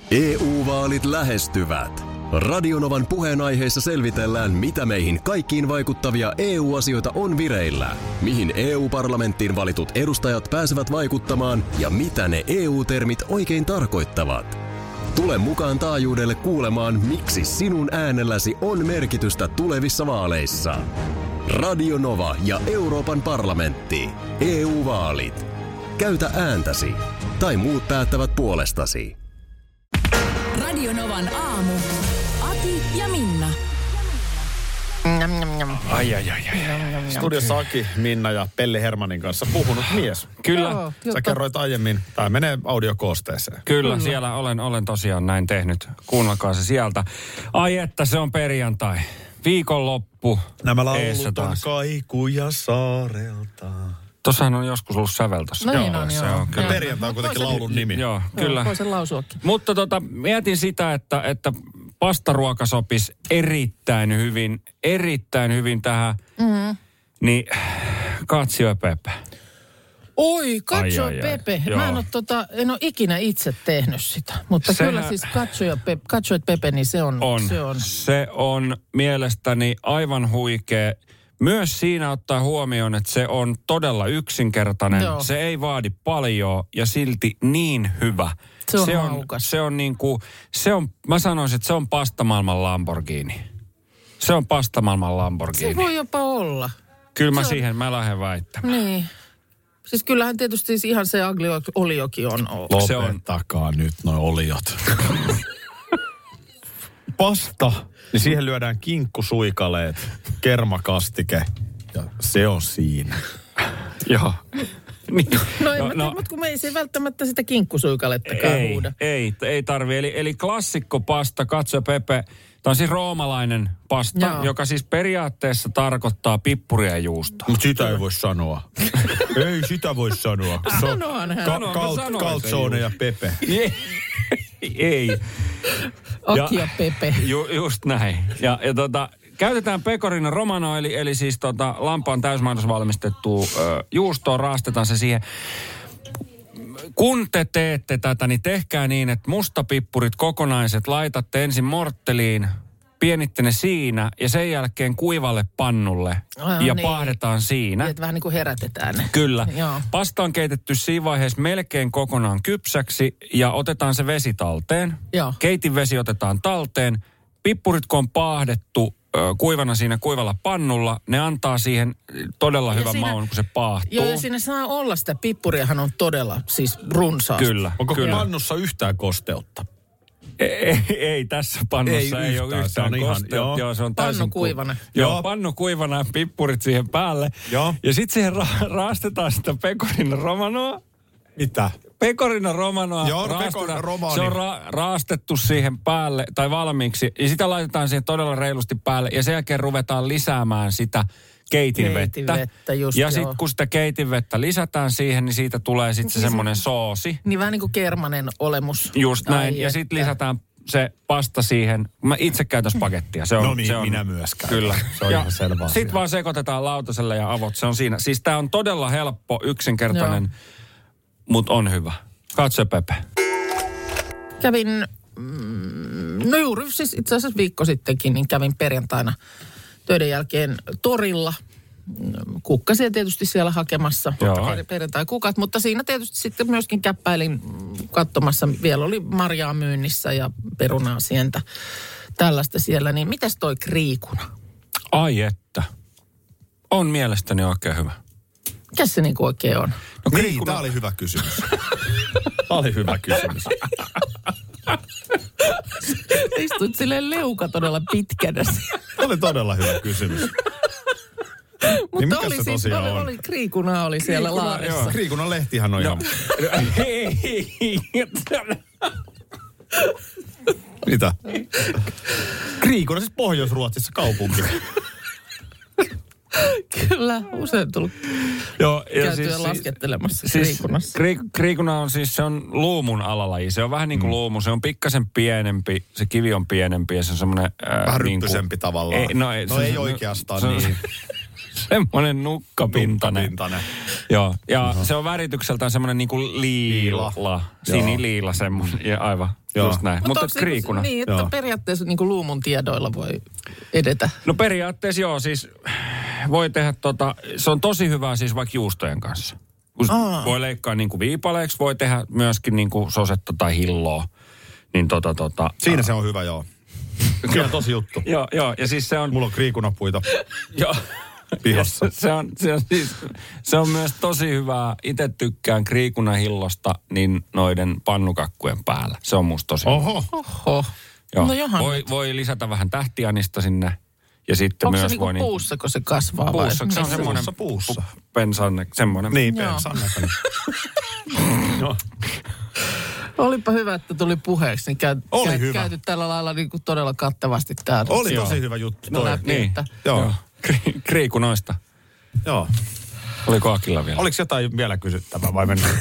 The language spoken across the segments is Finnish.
EU-vaalit lähestyvät. Radionovan puheenaiheessa selvitellään, mitä meihin kaikkiin vaikuttavia EU-asioita on vireillä, mihin EU-parlamenttiin valitut edustajat pääsevät vaikuttamaan ja mitä ne EU-termit oikein tarkoittavat. Tule mukaan taajuudelle kuulemaan, miksi sinun äänelläsi on merkitystä tulevissa vaaleissa. Radio Nova ja Euroopan parlamentti. EU-vaalit. Käytä ääntäsi. Tai muut päättävät puolestasi. Radio Novan aamu. Ati ja Minna. Ai. Studiossa Aki, Minna ja Pelli Hermanin kanssa puhunut mies. Kyllä. Sä kerroit aiemmin, tämä menee audiokoosteeseen. Kyllä, siellä olen tosiaan näin tehnyt. Kuunnelkaa se sieltä. Ai että se on perjantai. Viikonloppu. Nämä laulut on kaikuja saarelta. Tossahan on joskus ollut sävel tossa. No niin on, se joo. on kyllä. Perjantai on kuitenkin laulun nimi. Joo, kyllä. Voi sen lausuakin. Mutta mietin sitä, että pastaruoka sopisi erittäin hyvin tähän. Mm-hmm. Niin, Cacio e Pepe. Oi, Cacio e Pepe. Mä en ole ikinä itse tehnyt sitä. Mutta kyllä siis Cacio e Pepe, niin se on. Se on mielestäni aivan huikea. Myös siinä ottaa huomioon, että se on todella yksinkertainen. Joo. Se ei vaadi paljon ja silti niin hyvä. Se on niinku, mä sanoisin, että se on pastamaailman Lamborghini. Se on pastamaailman Lamborghini. Se voi jopa olla. Kyllä mä lähden väittämään. Niin. Siis kyllähän tietysti ihan se aglio-oliokin on. Lopettakaa nyt noi oliot. Pasta, niin siihen lyödään kinkkusuikaleet, kermakastike ja se on siinä. Joo. Niin. Mutta kun me ei se välttämättä sitä kinkkusuikalettakaan huuda. Ei tarvi. Eli klassikko pasta, Cacio e Pepe. Tämä on siis roomalainen pasta, joka siis periaatteessa tarkoittaa pippuria ja juustoa. Mutta sitä ei voi sanoa. Ei sitä voi sanoa. Sanohan hän. Calzone ja Pepe. Ei. Aki ja Pepe. Just näin. Ja käytetään pecorino romano, eli siis lampaan täysmainosvalmistettua juustoa, raastetaan se siihen. Kun te teette tätä, niin tehkää niin, että mustapippurit kokonaiset laitatte ensin mortteliin, pienitte ne siinä ja sen jälkeen kuivalle pannulle ja paahdetaan siinä. Niin, että vähän niin kuin herätetään ne. Kyllä. Joo. Pasta on keitetty siinä vaiheessa melkein kokonaan kypsäksi ja otetaan se vesi talteen. Joo. Keitin vesi otetaan talteen. Pippurit kun on paahdettu kuivana siinä kuivalla pannulla, ne antaa siihen todella hyvän maun, kun se paahtuu. Joo, ja siinä saa olla sitä pippuriahan on todella siis runsaasti. Kyllä. Onko pannussa yhtään kosteutta? Ei tässä pannussa ei ole yhtään kosteutta. Joo, se on pannu kuivana. Joo, pannu kuivana ja pippurit siihen päälle. Joo. Ja sitten siihen raastetaan sitä pecorino romanoa. Mitä? Pecorino romanoa. Joo, se on raastettu siihen päälle tai valmiiksi. Ja sitä laitetaan siihen todella reilusti päälle. Ja sen jälkeen ruvetaan lisäämään sitä keitinvettä. Ja sitten kun sitä keitinvettä lisätään siihen, niin siitä tulee sitten se semmoinen soosi. Niin vähän niin kuin kermanen olemus. Just näin. Ja sitten lisätään se pasta siihen. Mä itse käytän spagettia. Minä myöskään. Kyllä. Se on ihan selvä asia. Sitten vaan sekoitetaan lautaselle ja avot. Se on siinä. Siis tää on todella helppo, yksinkertainen, mutta on hyvä. Cacio e Pepe. Kävin, juuri siis itse asiassa viikko sittenkin, niin kävin perjantaina töiden jälkeen torilla. Kukkasia tietysti siellä hakemassa, perjantai-kukat, mutta siinä tietysti sitten myöskin käppäilin katsomassa. Vielä oli marjaa myynnissä ja perunaa sientä, tällaista siellä. Niin mitäs toi kriikuna? Ai että. On mielestäni oikein hyvä. Mikäs se niinku oikein on? No niin, tämä oli hyvä kysymys. Istuit silleen leuka todella pitkänä. Tämä oli todella hyvä kysymys. Mutta niin oli siis, kriikuna oli siellä laarissa. Joo. Kriikunan lehtihän on ihan... Mitä? Kriikuna siis Pohjois-Ruotsissa kaupunki. Kyllä, usein tullut käytyä laskettelemassa kriikunassa. Kriikuna on siis, se on luumun alalaji. Se on vähän niin kuin luumu. Se on pikkasen pienempi, se kivi on pienempi ja se on semmoinen... vähän ryppysempi tavallaan. Ei oikeastaan niin. Semmoinen nukkapintainen. Joo, ja se on väritykseltään semmoinen niinku liila. Siniliila semmoinen, ja aivan. Joo. Just näin. Mutta kriikuna. Niin, että periaatteessa niinku luumun tiedoilla voi edetä. No periaatteessa joo, siis voi tehdä se on tosi hyvää siis vaikka juustojen kanssa. Voi leikkaa niinku viipaleeksi, voi tehdä myöskin niinku sosetta tai hilloa. Niin Siinä se on hyvä, joo. Kyllä on tosi juttu. Joo, ja siis se on... Mulla on kriikunapuita. Joo. Pihassa. Se on myös tosi hyvää. Itse tykkään kriikunahillosta niin noiden pannukakkujen päällä. Se on musta tosi Oho. Joo. No johan voi lisätä vähän tähtianista sinne. Ja sitten onko myös se voi niinku puussa, kun se kasvaa puussa, vai? Se on semmoinen puussa. Pensanne, semmoinen. Niin, pensanne. Joo. Olipa hyvä, että tuli puheeksi. Niin käyty tällä lailla niin kuin todella kattavasti täällä. Oli tosi hyvä juttu. Niin. Joo. Kriikunoista. Joo. Oliko Akilla vielä? Oliko jotain vielä kysyttävää vai mennään?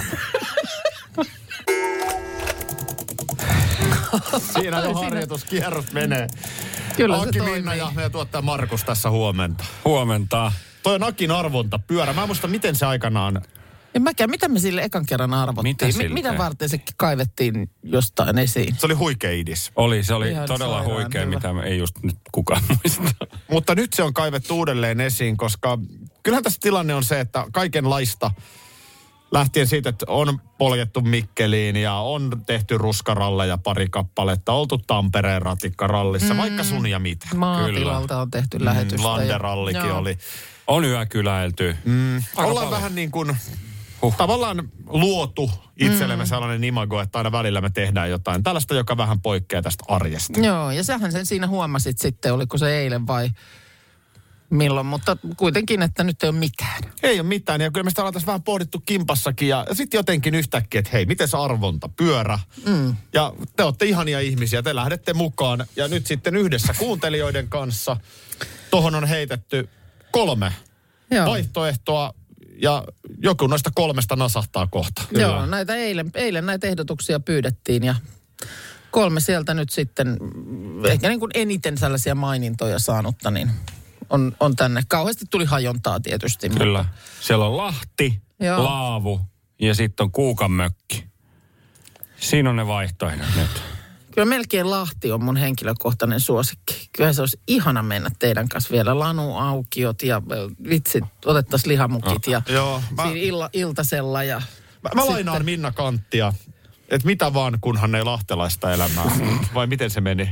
Siinä jo harjoituskierros menee. Kyllä Aki, Minna ja meidän tuottaja Markus tässä huomenta. Huomenta. Toi on Akin arvontapyörä. Mä en muista, miten se aikanaan... En mäkään. Mitä me sille ekan kerran arvottiin? Mitä varten se kaivettiin jostain esiin? Se oli huikea idis. Se oli ihan todella huikea, hyvä. Mitä me ei just nyt kukaan muista. Mutta nyt se on kaivettu uudelleen esiin, koska kyllähän tässä tilanne on se, että kaikenlaista lähtien siitä, että on poljettu Mikkeliin ja on tehty ruskaralleja pari kappaletta, oltu Tampereen ratikkarallissa, vaikka sun ja mitä. Maatilalta on tehty lähetystä. Landerallikin oli. On yökyläilty. Ollaan vähän niin kuin tavallaan luotu itsellemme sellainen imago, että aina välillä me tehdään jotain tällaista, joka vähän poikkeaa tästä arjesta. Joo, ja sähän sen siinä huomasit sitten, oliko se eilen vai milloin, mutta kuitenkin, että nyt ei ole mitään. Ei ole mitään, ja kyllä me sitä ollaan tässä vähän pohdittu kimpassakin, ja sitten jotenkin yhtäkkiä, että hei, miten se arvontapyörä? Ja te olette ihania ihmisiä, te lähdette mukaan, ja nyt sitten yhdessä kuuntelijoiden kanssa tohon on heitetty 3 vaihtoehtoa, ja joku noista 3 nasahtaa kohta. Kyllä. Joo, näitä eilen näitä ehdotuksia pyydettiin, ja 3 sieltä nyt sitten, ehkä niin kuin eniten sellaisia mainintoja saanutta, niin on tänne. Kauheasti tuli hajontaa tietysti. Kyllä. Mutta... Siellä on Lahti, Laavu ja sitten on Kuukanmökki. Siinä on ne vaihtoehdot nyt. Kyllä melkein Lahti on mun henkilökohtainen suosikki. Kyllä se olisi ihana mennä teidän kanssa vielä. Lanuaukiot ja vitsit, otettaisiin lihamukit ja iltasella. Ja mä lainaan Minna Kanttia, että mitä vaan kunhan ei lahtelaista elämää. Vai miten se meni?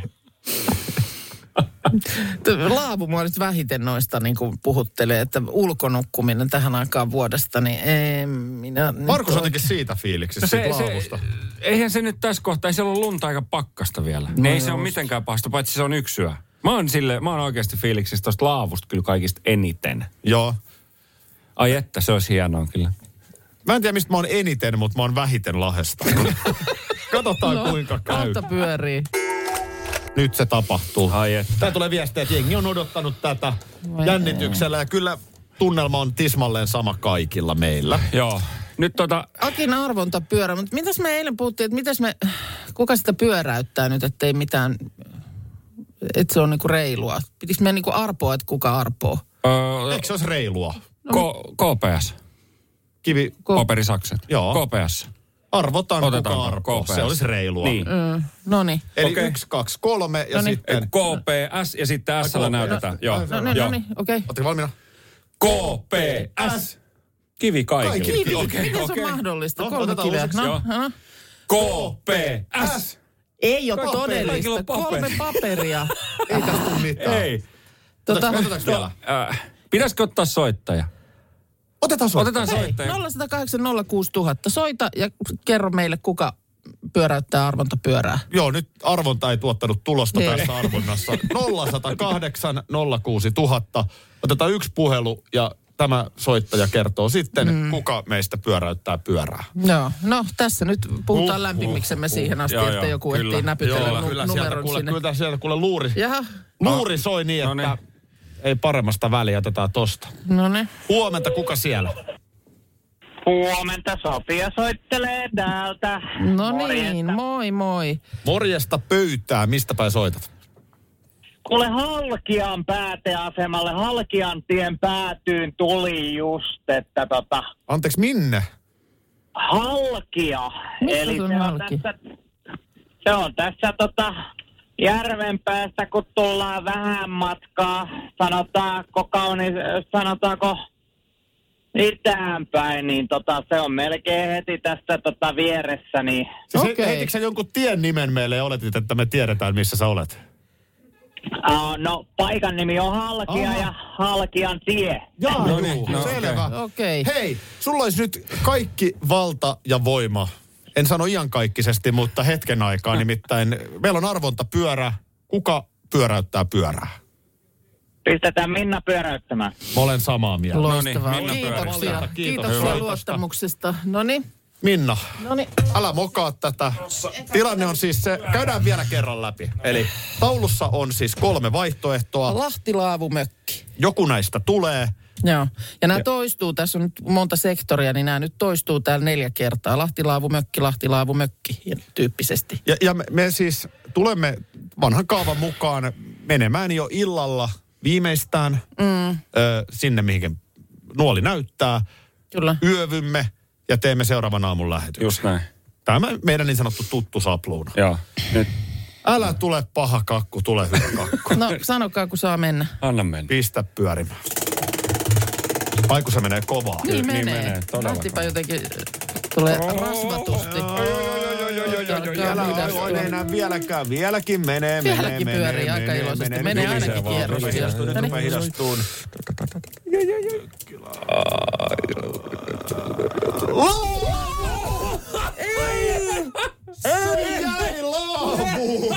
Laavu mua nyt vähiten noista niin kuin puhuttelee, että ulkonukkuminen tähän aikaan vuodesta, niin Markus jotenkin siitä fiiliksissä, siitä laavusta. Eihän se nyt tässä kohtaa, ei siellä ole lunta aika pakkasta vielä. No ei se ole mitenkään pahasta, paitsi se on yötä. Mä oon oikeasti fiiliksissä tuosta laavusta kyllä kaikista eniten. Joo. Ai että, se olisi hienoa kyllä. Mä en tiedä, mistä mä oon eniten, mutta mä oon vähiten Lahdesta. Katsotaan kuinka käy. Kohta pyörii. Nyt se tapahtuu. Ai että. Tää tulee viestiä, että jengi on odottanut tätä jännityksellä. Ja kyllä tunnelma on tismalleen sama kaikilla meillä. Joo. Nyt Akin arvontapyörä, mutta mitäs me eilen puhuttiin, että kuka sitä pyöräyttää nyt, ettei mitään, että se on niinku reilua. Pitikö meidän niinku arpoa, että kuka arpoo? Eikö se olisi reilua? KPS. Paperisakset. Joo. KPS. Arvotaan kuka arpoo. Se olisi reilua. Niin. No niin. Eli 1, 2, 3 ja sitten... KPS ja sitten S-llä näytetään. Joo. No niin, okei. Oletteko valmiina? KPS. Kivi kaikille. Miten se on mahdollista? 3 kiveä. No. KPS. Ei ole todellista. 3 paperia. Ei tästä tule mitään. Ei. Otetaanko vielä? Pitäisikö ottaa soittaja? Otetaan Hei, soittaja. 0806000. Soita ja kerro meille, kuka pyöräyttää arvontapyörää. Joo, nyt arvonta ei tuottanut tulosta tässä arvonnassa. 0108 06000. Otetaan 1 puhelu ja tämä soittaja kertoo sitten, kuka meistä pyöräyttää pyörää. Joo, no tässä nyt puhutaan lämpimiksemme siihen asti, että joku ehtii näpytellä numeron sinne. Kyllä sieltä kuule luuri soi niin, että... No niin. Ei paremmasta väliä, otetaan tosta. Noniin. Huomenta, kuka siellä? Huomenta, Sofia soittelee täältä. No niin, moi. Morjesta pöytää, mistä päin soitat? Kuule Halkian pääteasemalle, Halkian tien päätyyn tuli just, että Anteeksi, minne? Halkia. Missä Eli se on Halki? Se on tässä järvenpäästä, kun tullaan vähän matkaa, sanotaanko itäänpäin, niin se on melkein heti tästä vieressä, niin... Heitikö sä jonkun tien nimen meille ja oletit, että me tiedetään, missä sä olet? No, paikan nimi on Halkia ja Halkian tie. Jaa, selvä. Okei. Hei, sulla olisi nyt kaikki valta ja voima. En sano iankaikkisesti, mutta hetken aikaa. Nimittäin meillä on arvontapyörä. Kuka pyöräyttää pyörää? Pistetään Minna pyöräyttämään. Mä olen samaa mieltä. Loistavaa. Minna Kiitoksia. Kiitos. Kiitoksia luottamuksesta. Noniin. Minna, Noniin. älä mokaa tätä. Tilanne on siis se, käydään vielä kerran läpi. Eli taulussa on siis 3 vaihtoehtoa. Lahtilaavumökki. Joku näistä tulee. Joo. Ja nämä toistuu, tässä on nyt monta sektoria, niin nämä nyt toistuu täällä 4 kertaa. Lahtilaavumökki tyyppisesti. Ja me siis tulemme vanhan kaavan mukaan menemään jo illalla viimeistään sinne, mihin nuoli näyttää. Kyllä. Yövymme ja teemme seuraavan aamun lähetyksen. Just näin. Tämä meidän niin sanottu tuttu sapluuna. Joo. Nyt Älä tule paha kakku, tule hyvä kakku. No sanokaa, kun saa mennä. anna mennä. Pistä pyörimään. Aiku se menee kovaa. Niin niin menee. menee, todella Lähtipä jotenkin, tulee rasvatusti. Ei enää vieläkään. Vieläkin menee. Vieläkin pyörii aika iloisesti. Menee ainakin kierroksia. Nyt rupeaa hidastuun. Ei jäi laavuun!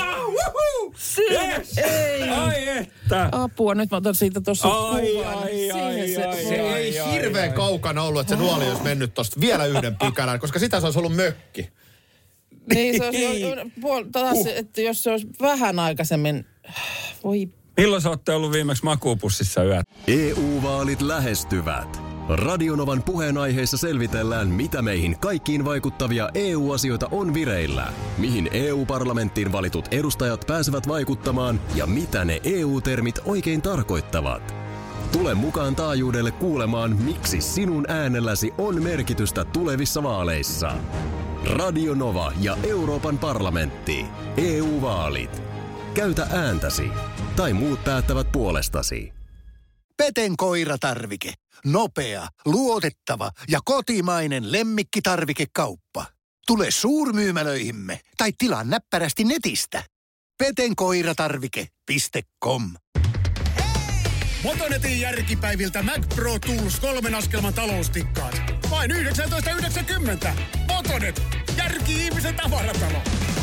Ei. Ai että! Apua, nyt mä otan siitä tuossa kuvan. Se ei hirveän kaukana ollut, että se nuoli olisi mennyt tosta vielä yhden pykälän, koska sitä se olisi ollut mökki. Niin se olisi taas, että jos se olisi vähän aikaisemmin, voi. Milloin sä ootte ollut viimeksi makuupussissa yöt? EU-vaalit lähestyvät. Radionovan puheenaiheessa selvitellään, mitä meihin kaikkiin vaikuttavia EU-asioita on vireillä, mihin EU-parlamenttiin valitut edustajat pääsevät vaikuttamaan ja mitä ne EU-termit oikein tarkoittavat. Tule mukaan taajuudelle kuulemaan, miksi sinun äänelläsi on merkitystä tulevissa vaaleissa. Radio Nova ja Euroopan parlamentti. EU-vaalit. Käytä ääntäsi. Tai muut päättävät puolestasi. Peten koiratarvike. Nopea, luotettava ja kotimainen lemmikkitarvikekauppa. Tule suurmyymälöihimme tai tilaa näppärästi netistä. petenkoiratarvike.com. Motonetin järkipäiviltä Mac Pro Tools 3 askelman taloustikkaat. Vain 19,90. Motonet. Järki-ihmisen tavaratalo.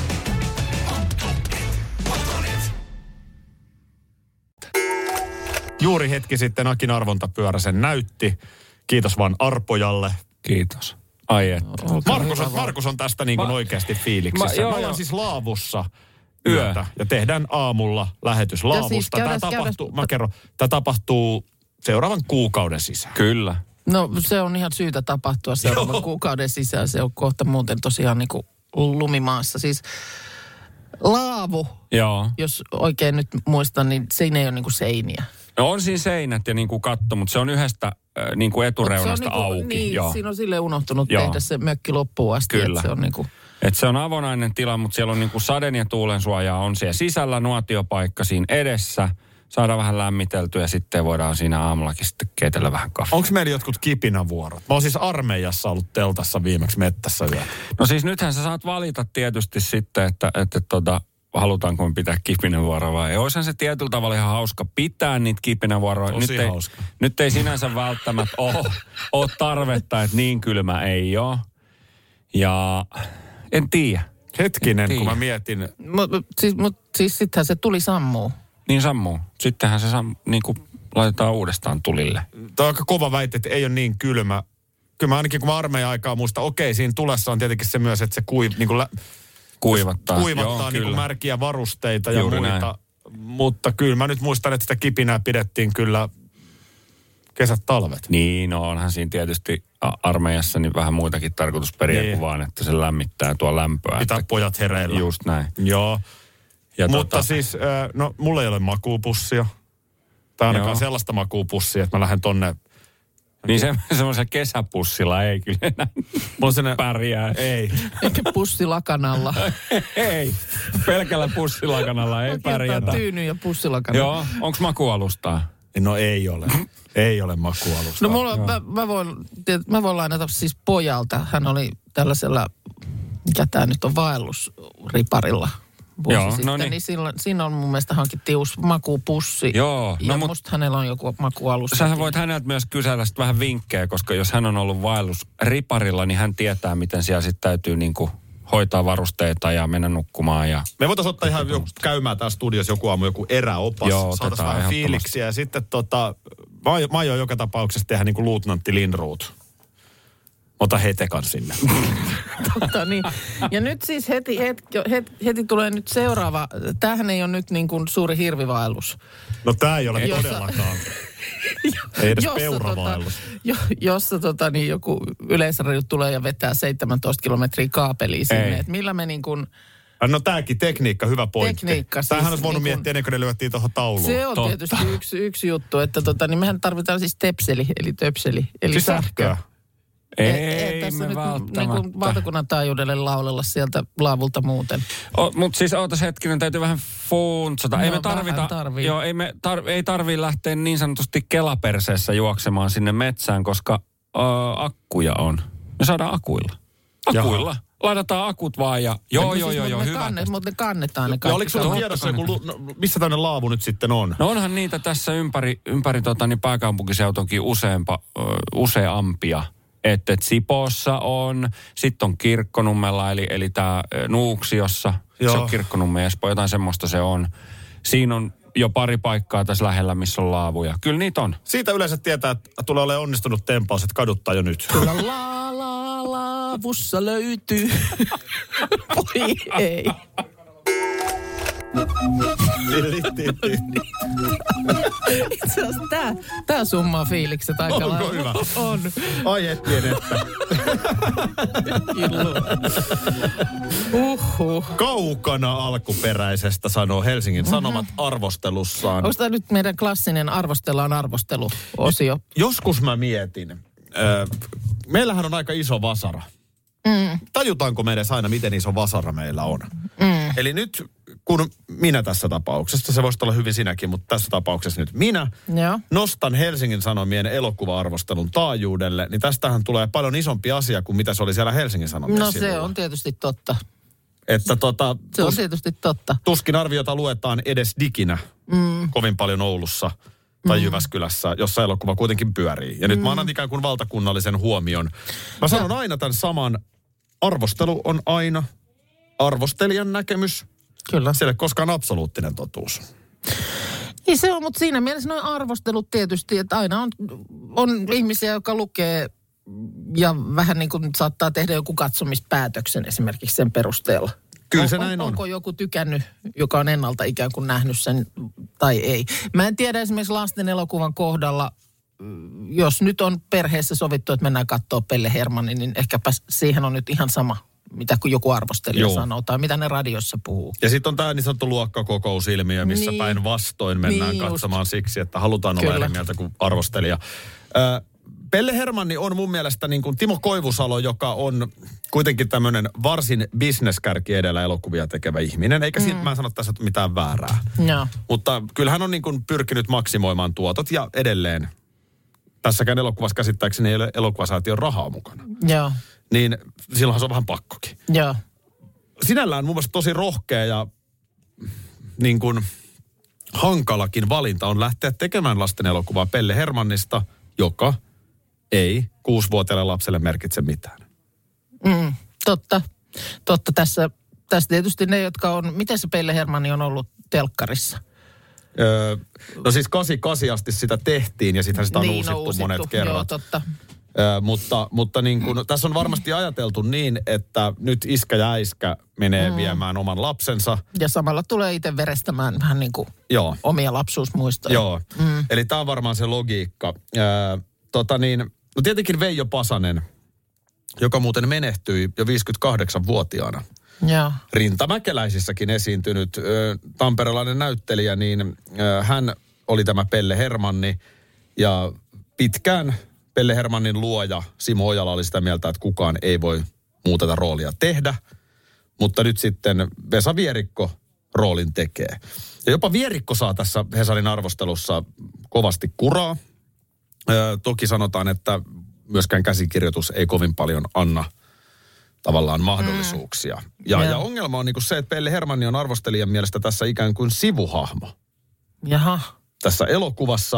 Juuri hetki sitten Akin arvontapyörä sen näytti. Kiitos vaan Arpojalle. Kiitos. Ai että. Markus on tästä niin kuin oikeasti fiiliksissä. Mä ajan siis Laavussa yötä ja tehdään aamulla lähetys Laavusta. Tämä tapahtuu seuraavan kuukauden sisään. Kyllä. No se on ihan syytä tapahtua seuraavan kuukauden sisään. Se on kohta muuten tosiaan niin kuin lumimaassa. Siis Laavu, jos oikein nyt muistan, niin siinä ei ole niin kuin seiniä. No on siinä seinät ja niin kuin katto, mutta se on yhdestä niin kuin etureunasta niin kuin, auki. Niin, joo. Siinä on silleen unohtunut tehdä se mökki loppuun asti. Kyllä. Se on niin kuin... Et se on avonainen tila, mutta siellä on niin kuin saden ja tuulen suojaa on siellä sisällä, nuotiopaikka siinä edessä. Saadaan vähän lämmiteltyä ja sitten voidaan siinä aamullakin sitten keitellä vähän kahvia. Onko meillä jotkut kipinävuorot? Mä oon siis armeijassa ollut teltassa viimeksi mettässä yötä. No siis nythän sä saat valita tietysti sitten, että halutaanko me pitää kipinävuoroa vai ei. Olisihan se tietyllä tavalla ihan hauska pitää niitä kipinävuoroja. Nyt ei sinänsä välttämättä ole tarvetta, että niin kylmä ei ole. Ja en tiedä. Hetkinen, kun mä mietin. Siis sittenhän se tuli sammuu. Niin sammuu. Sittenhän se niin kuin laitetaan uudestaan tulille. Tämä on aika kova väite, että ei ole niin kylmä. Kyllä mä ainakin kun mä armeijan aikaa muistan, okei, siinä tulessa on tietenkin se myös, että se kuivattaa Joo, niin kuin märkiä varusteita ja juuri muita. Näin. Mutta kyllä mä nyt muistan, että sitä kipinää pidettiin kyllä kesät, talvet. Niin, no onhan siinä tietysti armeijassa niin vähän muitakin tarkoitusperiä kuin vaan, että se lämmittää tuo lämpöä. Pitää pojat hereillä. Just näin. Joo. Mutta siis, mulla ei ole makuupussia. Tai ainakaan sellaista makuupussia, että mä lähden tonne. Niin semmoisella kesäpussilla ei kyllä enää pärjää. Ei. Eikä pussilakanalla. Ei. Pelkällä pussilakanalla ei pärjätä. Tyyny ja pussilakanalla. Joo. Onko makualustaa? No ei ole. Ei ole makualustaa. No mä voin lainata siis pojalta. Hän oli tällaisella, mikä tää nyt on, vaellusriparilla vuosi sitten. No niin siinä on mun mielestä hankittiin uusi makuupussi. Joo. Ja musta hänellä on joku makualusta. Sähän voit häneltä myös kysellä vähän vinkkejä, koska jos hän on ollut vaellusriparilla, niin hän tietää, miten siellä sitten täytyy niinku hoitaa varusteita ja mennä nukkumaan. Ja me voitaisiin ottaa ihan käymään täällä studiossa joku aamu, joku eräopas. Joo, saataisiin vähän fiiliksiä. Ja sitten mä aion joka tapauksessa tehdä niin kuin luutnantti Lindroth. Ota hetekan sinne. Totta niin. Ja nyt siis heti tulee nyt seuraava. Tämähän ei ole nyt niin kuin suuri hirvivaellus. No tää ei ole todellakaan. Ei edes peuravaellus. Jossa joku yleisradio tulee ja vetää 17 kilometriä kaapelia sinne. Et millä me niin kuin... No tääkin tekniikka, hyvä pointti. Tämähän olisi voinut miettiä ennen kuin ne lyöttiin tuohon tauluun. Se on tietysti yksi juttu, että niin mehän tarvitaan siis tepseli, eli töpseli, eli siis sähköä. Ei tässä me nyt välttämättä. niin kuin valtakunnan taajuudelle laulella sieltä laavulta muuten. Mutta siis ootas hetkinen, täytyy vähän funtsata. Ei me tarvita, ei tarvii lähteä niin sanotusti kelaperseessä juoksemaan sinne metsään, koska akkuja on. Me saadaan akuilla. Jaha. Laitetaan akut vaan ja joo, hyvä. Mutta ne kannetaan ne kaikki. Oliko sulla tiedossa missä tämmöinen laavu nyt sitten on? No onhan niitä tässä ympäri pääkaupunkiseutunkin useampia. Että Sipoossa on, sitten on Kirkkonummella, eli tämä Nuuksiossa, se on Kirkkonummen Espoo, jotain semmoista se on. Siinä on jo pari paikkaa tässä lähellä, missä on laavuja. Kyllä niitä on. Siitä yleensä tietää, että tulee olemaan onnistunut tempaus, että kaduttaa jo nyt. Kyllä laavussa löytyy. Voi ei. Itse asiassa tää summaa fiilikset aika lailla. Onko hyvä? On. Ai ettien että. Kaukana alkuperäisestä sanoo Helsingin Sanomat arvostelussaan. Onko tämä nyt meidän klassinen arvostellaan arvostelu-osio? Joskus mä mietin. Meillähän on aika iso vasara. Tajutaanko me edes aina, miten iso vasara meillä on? Eli nyt, kun minä tässä tapauksessa, se voisi olla hyvin sinäkin, mutta tässä tapauksessa nyt minä nostan Helsingin Sanomien elokuva-arvostelun taajuudelle, niin tästähän tulee paljon isompi asia kuin mitä se oli siellä Helsingin Sanomien No sivulla. Se on tietysti totta. Että se on tietysti totta. Tuskin arviota luetaan edes diginä kovin paljon Oulussa tai Jyväskylässä, jossa elokuva kuitenkin pyörii. Ja nyt mä annan ikään kuin valtakunnallisen huomion. Mä sanon aina tämän saman, arvostelu on aina arvostelijan näkemys. Kyllä. Se ei ole koskaan absoluuttinen totuus. Niin se on, mutta siinä mielessä nuo arvostelut tietysti, että aina on ihmisiä, jotka lukee ja vähän niin kuin saattaa tehdä joku katsomispäätöksen esimerkiksi sen perusteella. Kyllä se näin on. Onko joku tykännyt, joka on ennalta ikään kuin nähnyt sen tai ei. Mä en tiedä esimerkiksi lasten elokuvan kohdalla, jos nyt on perheessä sovittu, että mennään katsoa Pelle Hermannin, niin ehkäpä siihen on nyt ihan sama, mitä kuin joku arvostelija sanoo tai mitä ne radiossa puhuu. Ja sitten on tämä niin sanottu luokkakokousilmiö, missä päinvastoin mennään katsomaan siksi, että halutaan olla eri mieltä kuin arvostelija. Pelle Hermanni on mun mielestä niin kuin Timo Koivusalo, joka on kuitenkin tämmöinen varsin bisneskärki edellä elokuvia tekevä ihminen. Eikä siitä mä en sano tässä mitään väärää. No. Mutta kyllä hän on niin kuin pyrkinyt maksimoimaan tuotot ja edelleen. Tässäkään elokuvassa käsittääkseni ei ole elokuvasäätiön rahaa mukana. Joo. Niin silloinhan se on vähän pakkokin. Joo. Sinällään mun mielestä tosi rohkea ja niin kuin hankalakin valinta on lähteä tekemään lasten elokuvaa Pelle Hermannista, joka ei 6-vuotiaalle lapselle merkitse mitään. Totta. Tässä tietysti ne, jotka on... Miten se Pelle Hermanni on ollut telkkarissa? No siis 88 asti sitä tehtiin ja sittenhän sitä on uusittu monet kerrat. Joo, totta. Mutta niin kuin, tässä on varmasti ajateltu niin, että nyt iskä ja äiskä menee viemään oman lapsensa. Ja samalla tulee itse verestämään vähän niin kuin omia lapsuusmuistoja. Joo, eli tämä on varmaan se logiikka. No tietenkin Veijo Pasanen, joka muuten menehtyi jo 58-vuotiaana. rintamäkeläisissäkin esiintynyt tamperelainen näyttelijä, niin hän oli tämä Pelle Hermanni. Ja pitkään Pelle Hermannin luoja Simo Ojala oli sitä mieltä, että kukaan ei voi muuta tätä roolia tehdä. Mutta nyt sitten Vesa Vierikko roolin tekee. Ja jopa Vierikko saa tässä Hesarin arvostelussa kovasti kuraa. Toki sanotaan, että myöskään käsikirjoitus ei kovin paljon anna tavallaan mahdollisuuksia. Ja ongelma on niinku se, että Pelle Hermanni on arvostelijan mielestä tässä ikään kuin sivuhahmo. Jaha. Tässä elokuvassa.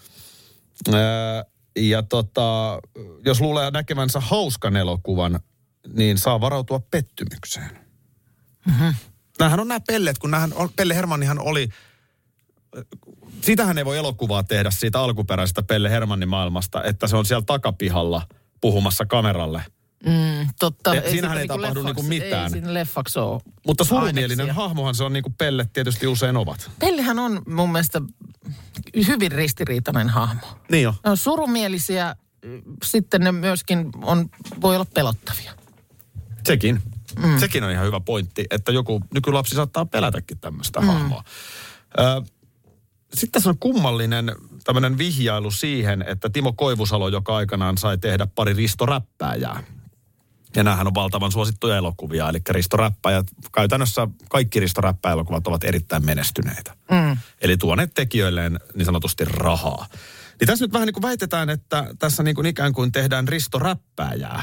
Jos luulee näkevänsä hauskan elokuvan, niin saa varautua pettymykseen. Mm-hmm. Nämähän on nämä Pellet, kun Pelle Hermannihan oli, sitähän ei voi elokuvaa tehdä siitä alkuperäisestä Pelle Hermannin maailmasta, että se on siellä takapihalla puhumassa kameralle. Totta. Siinähän ei tapahdu niinku mitään. Ei siinä leffaksi ole. Mutta surumielinen hahmohan se on, niin kuin Pellet tietysti usein ovat. Pellehän on mun mielestä hyvin ristiriitainen hahmo. Niin on. Ne on surumielisiä, sitten ne myöskin voi olla pelottavia. Sekin on ihan hyvä pointti, että joku nykylapsi saattaa pelätäkin tämmöistä hahmoa. Sitten tässä on kummallinen tämmöinen vihjailu siihen, että Timo Koivusalo, joka aikanaan sai tehdä pari Risto Räppääjää. Ja näähän on valtavan suosittuja elokuvia, eli Risto Räppäjät, käytännössä kaikki Risto Räppä-elokuvat ovat erittäin menestyneitä. Eli tuoneet tekijöilleen niin sanotusti rahaa. Niin tässä nyt vähän niin kuin väitetään, että tässä niin kuin ikään kuin tehdään Risto Räppääjää.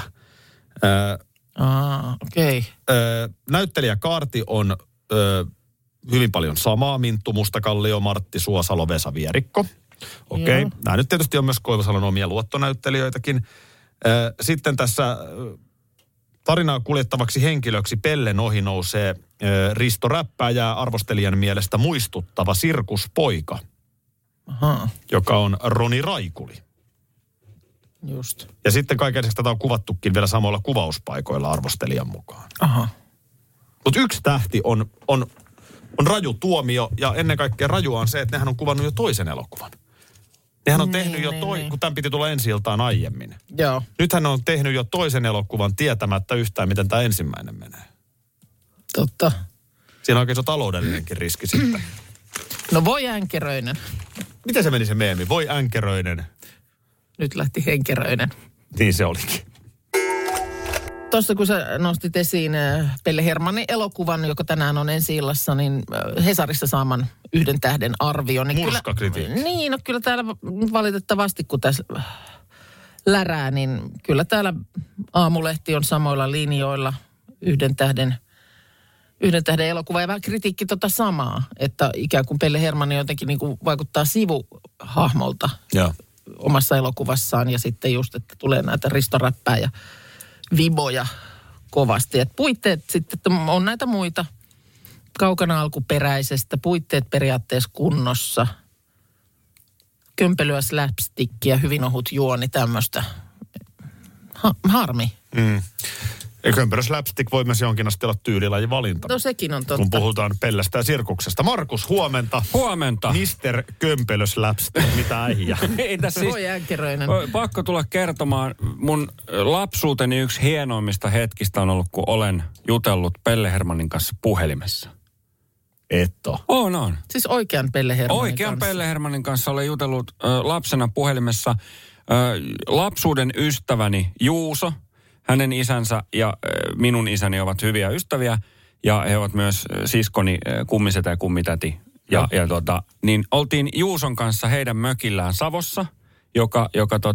Okei. Näyttelijä Kaarti on hyvin paljon samaa. Minttu Mustakallio, Martti Suosalo, Vesa Vierikko. Okei. Nämä nyt tietysti on myös Koivusalon omia luottonäyttelijöitäkin. Sitten tässä tarinaa kuljettavaksi henkilöksi Pellen ohi nousee Risto Räppääjää arvostelijan mielestä muistuttava sirkuspoika, joka on Roni Raikuli. Just. Ja sitten kaiken tätä on kuvattukin vielä samoilla kuvauspaikoilla arvostelijan mukaan. Mutta yksi tähti on raju tuomio, ja ennen kaikkea rajua on se, että nehän on kuvannut jo toisen elokuvan. Nehän on tehnyt jo kun tämän piti tulla ensi-iltaan aiemmin. Joo. Nythän on tehnyt jo toisen elokuvan tietämättä yhtään, miten tämä ensimmäinen menee. Totta. Siinä on oikein se taloudellinenkin riski sitten. No voi änkeröinen. Miten se meni se meemi? Voi änkeröinen. Nyt lähti henkeröinen. Niin se olikin. Tuossa kun sä nostit esiin Pelle Hermannin elokuvan, joka tänään on ensi-illassa, niin Hesarissa saaman 1 tähden arvio. Niin murskakritiikki. No kyllä täällä valitettavasti, kun tässä lärää, niin kyllä täällä Aamulehti on samoilla linjoilla 1 tähden elokuva. Ja vähän kritiikki samaa, että ikään kuin Pelle Hermanni jotenkin niin kuin vaikuttaa sivuhahmolta omassa elokuvassaan. Ja sitten just, että tulee näitä Risto Räppää ja viboja kovasti. Et puitteet sitten on näitä muita kaukana alkuperäisestä. Puitteet periaatteessa kunnossa. Kömpelyä, slapstickia, hyvin ohut juoni, tämmöistä. Harmi. Ja kömpelö slapstick voi myös jonkin asti olla tyylilajin valinta. No sekin on totta. Kun puhutaan Pellestä ja sirkuksesta. Markus, huomenta. Huomenta. Mr. Kömpelö slapstick, mitä äijä. Voi änkeröinen. Pakko tulla kertomaan. Mun lapsuuteni yksi hienoimmista hetkistä on ollut, kun olen jutellut Pelle Hermannin kanssa puhelimessa. Etto. On. Siis oikean Pelle Hermannin Oikean Pelle Hermannin kanssa olen jutellut lapsena puhelimessa. Lapsuuden ystäväni Juuso, hänen isänsä ja minun isäni ovat hyviä ystäviä. Ja he ovat myös siskoni kummisetä ja kummitäti. Niin oltiin Juuson kanssa heidän mökillään Savossa, joka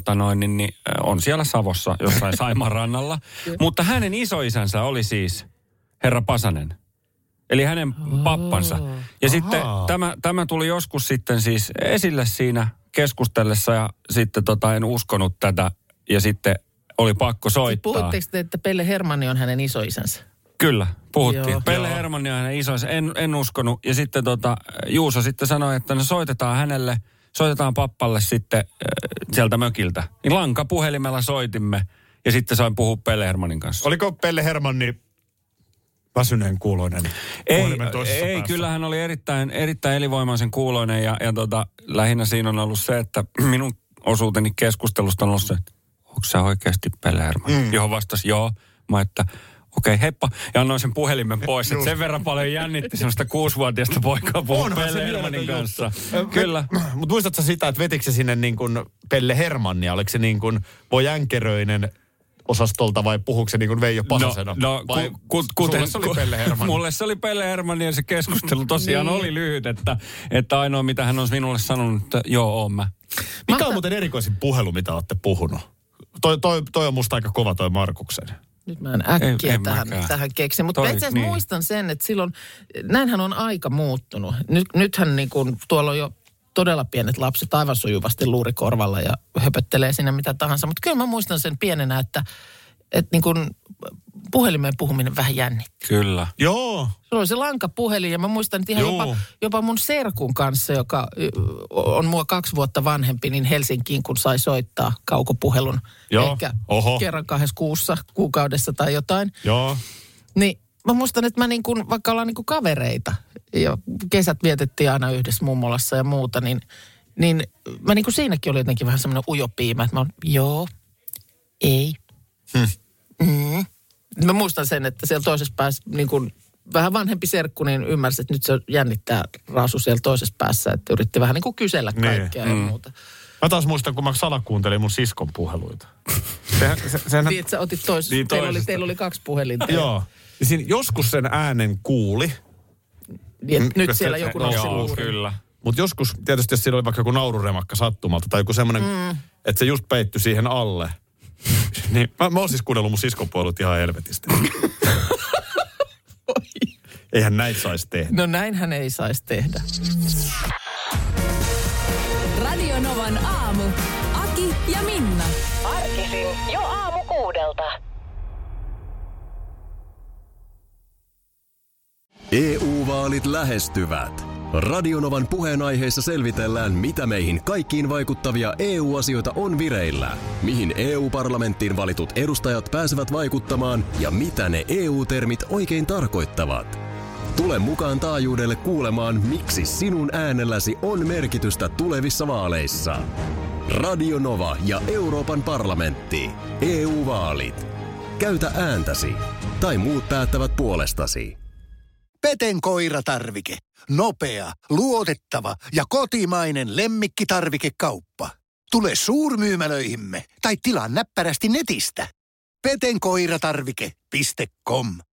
on siellä Savossa jossain Saimaan rannalla. Mutta hänen isoisänsä oli siis herra Pasanen. Eli hänen pappansa. Ja sitten tämä tuli joskus sitten siis esille siinä keskustellessa ja sitten en uskonut tätä ja sitten oli pakko soittaa. Puhutteko te, että Pelle Hermanni on hänen isoisänsä? Kyllä, puhuttiin. Joo. Pelle Hermanni on hänen isoisänsä. En uskonut. Ja sitten Juuso sitten sanoi, että no soitetaan pappalle sitten sieltä mökiltä. Niin lankapuhelimella soitimme ja sitten sain puhua Pelle Hermannin kanssa. Oliko Pelle Hermanni väsyneen kuuloinen? Ei, kyllä hän oli erittäin elinvoimaisen kuuloinen ja lähinnä siinä on ollut se, että minun osuuteni keskustelusta on ollut se, että onko sä oikeasti Pelle Hermanni? Johon vastasi, joo. Mä että okei, heippa. Ja annoin sen puhelimen pois. Että sen verran paljon jännitti semmoista 6-vuotiaista poikaa puhua Pelle Hermannin kanssa. Kyllä. Mutta muistatko sitä, että vetikö se sinne niin kuin Pelle Hermannia? Oliko se niin kuin Jänkeröinen osastolta vai puhuuko se niin kuin Veijo Pasasena? Kuten se oli Pelle Hermanni. Mulle se oli Pelle Hermanni ja se keskustelu tosiaan oli lyhyt, että ainoa mitä hän on minulle sanonut, että joo, oon mä. Mikä on muuten erikoisin puhelu, mitä olette puhunut? Toi on musta aika kova toi Markuksen. Nyt mä en äkkiä tähän keksin. Mutta itse asiassa muistan sen, että silloin, näinhän on aika muuttunut. Nythän niin kuin, tuolla on jo todella pienet lapset aivan sujuvasti luurikorvalla ja höpöttelee sinne mitä tahansa. Mutta kyllä mä muistan sen pienenä, että niin kuin puhelimeen puhuminen vähän jännitti. Kyllä. Joo. Se oli se lankapuhelin ja mä muistan, että ihan jopa mun serkun kanssa, joka on mua 2 vuotta vanhempi, niin Helsinkiin kun sai soittaa kaukopuhelun. Joo. Ehkä kerran 2 kuukaudessa tai jotain. Joo. Niin mä muistan, että mä niin kuin, vaikka ollaan niin kuin kavereita ja kesät vietettiin aina yhdessä mummolassa ja muuta, niin mä niin kuin siinäkin oli jotenkin vähän semmoinen ujopiimä, että mä oon, joo, ei, Mä muistan sen, että siellä toisessa päässä niin kuin vähän vanhempi serkku, niin ymmärsi, että nyt se jännittää raasu siellä toisessa päässä, että yritti vähän niin kuin kysellä kaikkea ja muuta. Mä taas muistan, kun mä salakuuntelin mun siskon puheluita. Niin, että sä otit toisesta. Teillä oli 2 puhelinta. Joo. Ja siinä joskus sen äänen kuuli. Niin, nyt siellä joku nousi luurin. Kyllä. Mutta joskus, tietysti jos siinä oli vaikka joku naururemakka sattumalta tai joku semmoinen, että se just peittyi siihen alle. Niin mä oon siis kuunnellut mun siskon puhelut ihan helvetistä. Eihän näin saisi tehdä. No näinhän ei saisi tehdä. Radio Novan aamu. Aki ja Minna. Arkisin jo aamu 6:00. EU-vaalit lähestyvät. Radio Novan puheenaiheessa selvitellään, mitä meihin kaikkiin vaikuttavia EU-asioita on vireillä, mihin EU-parlamenttiin valitut edustajat pääsevät vaikuttamaan ja mitä ne EU-termit oikein tarkoittavat. Tule mukaan taajuudelle kuulemaan, miksi sinun äänelläsi on merkitystä tulevissa vaaleissa. Radio Nova ja Euroopan parlamentti. EU-vaalit. Käytä ääntäsi. Tai muut päättävät puolestasi. Peten koiratarvike. Nopea, luotettava ja kotimainen lemmikkitarvikekauppa. Tule suurmyymälöihimme tai tilaa näppärästi netistä. petenkoiratarvike.com